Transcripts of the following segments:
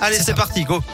Allez, c'est parti, go.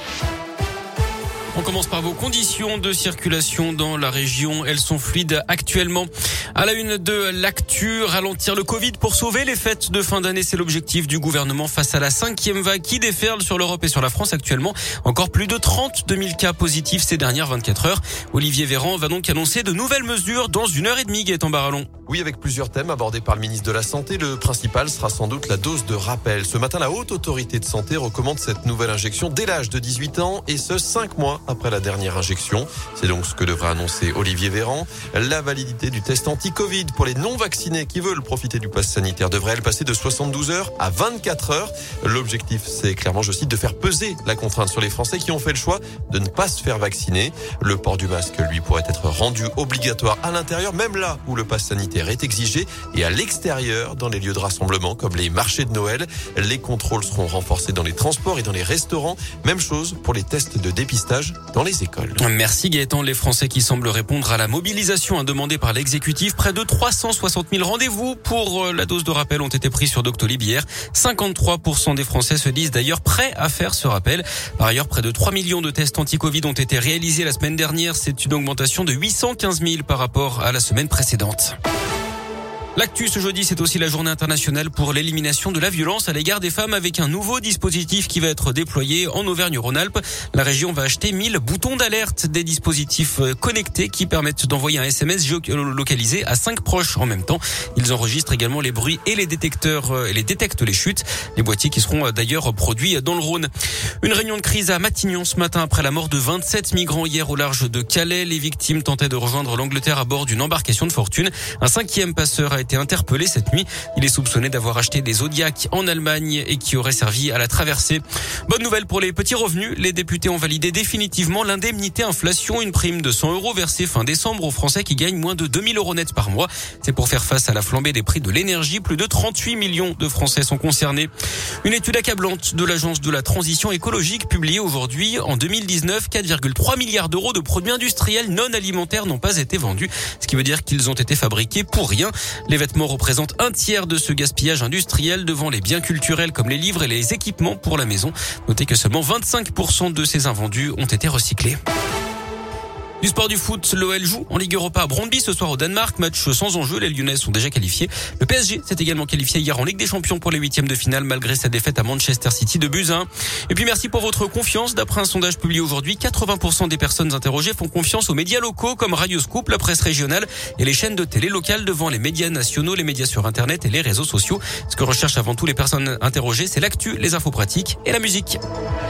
On commence par vos conditions de circulation dans la région. Elles sont fluides actuellement. À la une de l'actu, ralentir le Covid pour sauver les fêtes de fin d'année. C'est l'objectif du gouvernement face à la 5e vague qui déferle sur l'Europe et sur la France actuellement. Encore plus de 32 000 cas positifs ces dernières 24 heures. Olivier Véran va donc annoncer de nouvelles mesures dans 1h30, Gaëtan Barallon. Oui, avec plusieurs thèmes abordés par le ministre de la Santé. Le principal sera sans doute la dose de rappel. Ce matin, la Haute Autorité de Santé recommande cette nouvelle injection dès l'âge de 18 ans et ce 5 mois après la dernière injection. C'est donc ce que devrait annoncer Olivier Véran. La validité du test anti-Covid pour les non-vaccinés qui veulent profiter du pass sanitaire devrait-elle passer de 72 heures à 24 heures. L'objectif, c'est clairement, je cite, de faire peser la contrainte sur les Français qui ont fait le choix de ne pas se faire vacciner. Le port du masque, lui, pourrait être rendu obligatoire à l'intérieur, même là où le pass sanitaire est exigé, et à l'extérieur, dans les lieux de rassemblement comme les marchés de Noël. Les contrôles seront renforcés dans les transports et dans les restaurants. Même chose pour les tests de dépistage dans les écoles. Merci Gaëtan. Les Français qui semblent répondre à la mobilisation demandée par l'exécutif. Près de 360 000 rendez-vous pour la dose de rappel ont été pris sur Doctolib hier. 53% des Français se disent d'ailleurs prêts à faire ce rappel. Par ailleurs, près de 3 millions de tests anti-Covid ont été réalisés la semaine dernière. C'est une augmentation de 815 000 par rapport à la semaine précédente. L'actu ce jeudi, c'est aussi la journée internationale pour l'élimination de la violence à l'égard des femmes avec un nouveau dispositif qui va être déployé en Auvergne-Rhône-Alpes. La région va acheter 1000 boutons d'alerte, des dispositifs connectés qui permettent d'envoyer un SMS géolocalisé à 5 proches en même temps. Ils enregistrent également les bruits et les détecteurs et les détectent les chutes. Les boîtiers qui seront d'ailleurs produits dans le Rhône. Une réunion de crise à Matignon ce matin après la mort de 27 migrants hier au large de Calais. Les victimes tentaient de rejoindre l'Angleterre à bord d'une embarcation de fortune. Un 5e passeur a été interpellé cette nuit. Il est soupçonné d'avoir acheté des Zodiac en Allemagne et qui aurait servi à la traversée. Bonne nouvelle pour les petits revenus. Les députés ont validé définitivement l'indemnité inflation, une prime de 100 € versée fin décembre aux Français qui gagnent moins de 2000 € net par mois. C'est pour faire face à la flambée des prix de l'énergie. Plus de 38 millions de Français sont concernés. Une étude accablante de l'Agence de la transition écologique publiée aujourd'hui. En 2019, 4,3 milliards d'euros de produits industriels non alimentaires n'ont pas été vendus. Ce qui veut dire qu'ils ont été fabriqués pour rien. Les vêtements représentent un tiers de ce gaspillage industriel devant les biens culturels comme les livres et les équipements pour la maison. Notez que seulement 25% de ces invendus ont été recyclés. Du sport du foot, l'OL joue en Ligue Europa à Brøndby ce soir au Danemark. Match sans enjeu, les Lyonnais sont déjà qualifiés. Le PSG s'est également qualifié hier en Ligue des Champions pour les 8e de finale malgré sa défaite à Manchester City de buts 1. Et puis merci pour votre confiance. D'après un sondage publié aujourd'hui, 80% des personnes interrogées font confiance aux médias locaux comme Radio Scoop, la presse régionale et les chaînes de télé locales devant les médias nationaux, les médias sur Internet et les réseaux sociaux. Ce que recherchent avant tout les personnes interrogées, c'est l'actu, les infos pratiques et la musique.